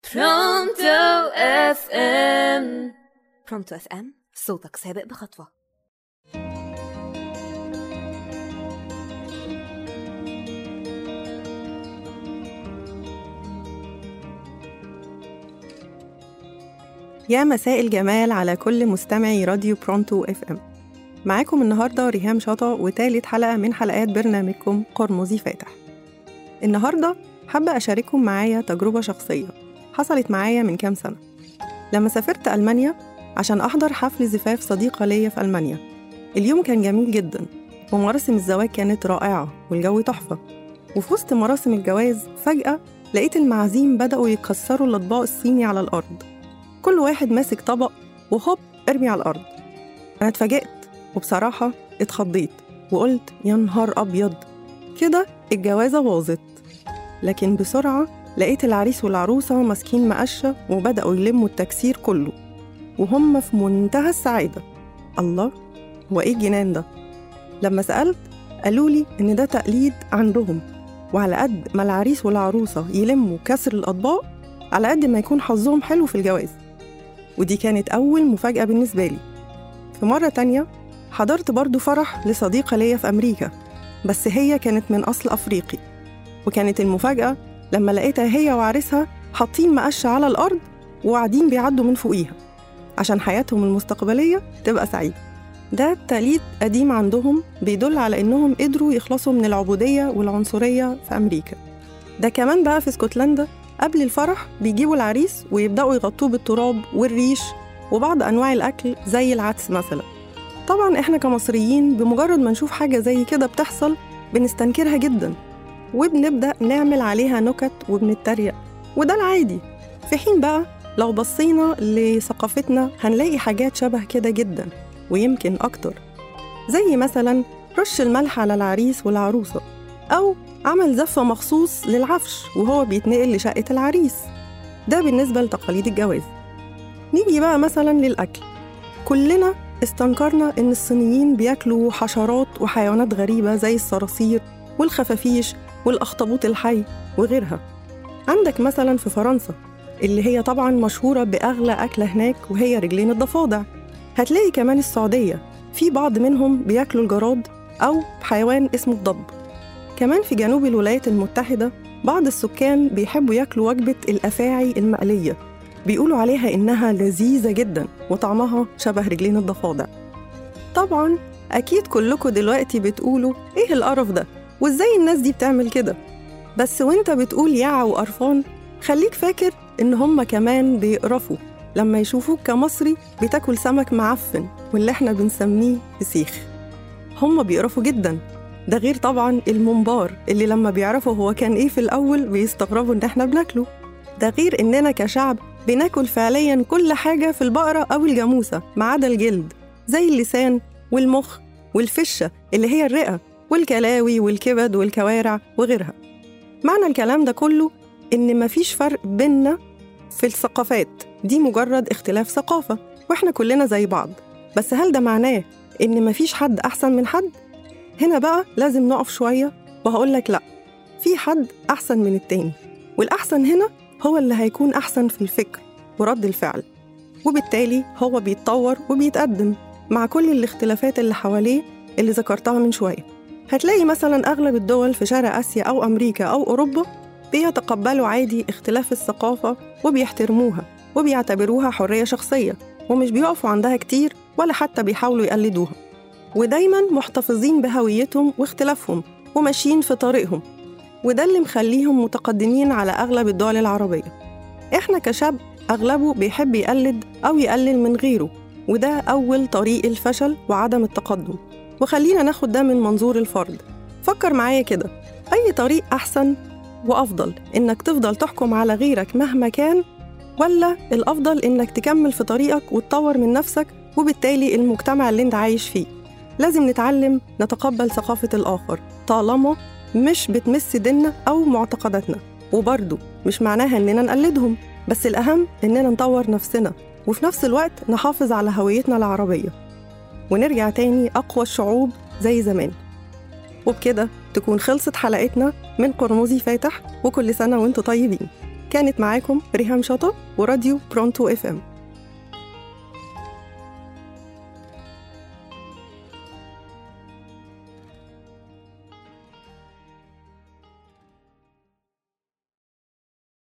برونتو اف ام. برونتو اف ام، صوتك سابق بخطوة. يا مساء الجمال على كل مستمعي راديو برونتو اف ام. معاكم النهاردة ريهام شطة وثالث حلقة من حلقات برنامجكم قرمزي فاتح. النهاردة حابة أشارككم معايا تجربة شخصية حصلت معايا من كام سنة لما سافرت ألمانيا عشان أحضر حفل زفاف صديقة ليا في ألمانيا. اليوم كان جميل جدا ومراسم الزواج كانت رائعة والجو تحفة. وفي وسط مراسم الجواز فجأة لقيت المعازيم بدأوا يكسروا الأطباق الصيني على الأرض، كل واحد ماسك طبق وهوب ارمي على الأرض. أنا اتفاجئت وبصراحة اتخضيت وقلت يا نهار أبيض، كده الجوازة باظت. لكن بسرعة لقيت العريس والعروسة ماسكين مقشة وبدأوا يلموا التكسير كله وهم في منتهى السعادة. الله، هو إيه الجنان ده؟ لما سألت قالوا لي إن ده تقليد عندهم، وعلى قد ما العريس والعروسة يلموا كسر الأطباق على قد ما يكون حظهم حلو في الجواز. ودي كانت أول مفاجأة بالنسبة لي. في مرة تانية حضرت برضو فرح لصديقة ليا في أمريكا، بس هي كانت من أصل أفريقي، وكانت المفاجأة لما لقيتها هي وعريسها حاطين مقشة على الأرض وقاعدين بيعدوا من فوقيها عشان حياتهم المستقبلية تبقى سعيدة. ده تقليد قديم عندهم بيدل على إنهم قدروا يخلصوا من العبودية والعنصرية في أمريكا. ده كمان بقى في اسكتلندا قبل الفرح بيجيبوا العريس ويبدأوا يغطوه بالتراب والريش وبعض أنواع الأكل زي العدس مثلا. طبعا إحنا كمصريين بمجرد ما نشوف حاجة زي كده بتحصل بنستنكرها جدا وبنبدأ نعمل عليها نكت وبنتريق، وده العادي. في حين بقى لو بصينا لثقافتنا هنلاقي حاجات شبه كده جدا ويمكن أكتر، زي مثلا رش الملح على العريس والعروسة، أو عمل زفة مخصوص للعفش وهو بيتنقل لشقة العريس. ده بالنسبة لتقاليد الجواز. نيجي بقى مثلا للأكل. كلنا استنكرنا إن الصينيين بياكلوا حشرات وحيوانات غريبة زي الصراصير والخفافيش والأخطبوط الحي وغيرها. عندك مثلا في فرنسا اللي هي طبعا مشهورة بأغلى أكلة هناك وهي رجلين الضفادع. هتلاقي كمان السعودية في بعض منهم بياكلوا الجراد أو حيوان اسمه الضب. كمان في جنوب الولايات المتحدة بعض السكان بيحبوا ياكلوا وجبة الأفاعي المقلية، بيقولوا عليها إنها لذيذة جدا وطعمها شبه رجلين الضفادع. طبعا أكيد كلكم دلوقتي بتقولوا إيه القرف ده وإزاي الناس دي بتعمل كده، بس وإنت بتقول يعا وقرفان خليك فاكر إن هم كمان بيقرفوا لما يشوفوك كمصري بتاكل سمك معفن واللي إحنا بنسميه فسيخ. هم بيقرفوا جدا. ده غير طبعاً الممبار اللي لما بيعرفوا هو كان إيه في الأول بيستغربوا إن إحنا بناكله. ده غير إننا كشعب بناكل فعلياً كل حاجة في البقرة أو الجاموسة ما عدا الجلد، زي اللسان والمخ والفشة اللي هي الرئة والكلاوي والكبد والكوارع وغيرها. معنى الكلام ده كله إن مفيش فرق بيننا في الثقافات، دي مجرد اختلاف ثقافة وإحنا كلنا زي بعض. بس هل ده معناه إن مفيش حد أحسن من حد؟ هنا بقى لازم نقف شوية وهقولك لأ، في حد أحسن من التاني، والأحسن هنا هو اللي هيكون أحسن في الفكر ورد الفعل، وبالتالي هو بيتطور وبيتقدم مع كل الاختلافات اللي حواليه اللي ذكرتها من شوية. هتلاقي مثلا أغلب الدول في شرق آسيا أو أمريكا أو أوروبا بيتقبلوا عادي اختلاف الثقافة وبيحترموها وبيعتبروها حرية شخصية ومش بيقفوا عندها كتير ولا حتى بيحاولوا يقلدوها، ودايماً محتفظين بهويتهم واختلافهم وماشيين في طريقهم، وده اللي مخليهم متقدمين على أغلب الدول العربية. إحنا كشعب أغلبه بيحب يقلد أو يقلل من غيره، وده أول طريق الفشل وعدم التقدم. وخلينا ناخد ده من منظور الفرد. فكر معايا كده، أي طريق أحسن وأفضل؟ إنك تفضل تحكم على غيرك مهما كان، ولا الأفضل إنك تكمل في طريقك وتطور من نفسك وبالتالي المجتمع اللي انت عايش فيه؟ لازم نتعلم نتقبل ثقافة الآخر طالما مش بتمس ديننا أو معتقداتنا، وبرضو مش معناها إننا نقلدهم، بس الأهم إننا نطور نفسنا وفي نفس الوقت نحافظ على هويتنا العربية ونرجع تاني أقوى الشعوب زي زمان. وبكده تكون خلصت حلقتنا من قرمزي فاتح، وكل سنة وانتوا طيبين. كانت معاكم ريهام شطة وراديو برونتو FM.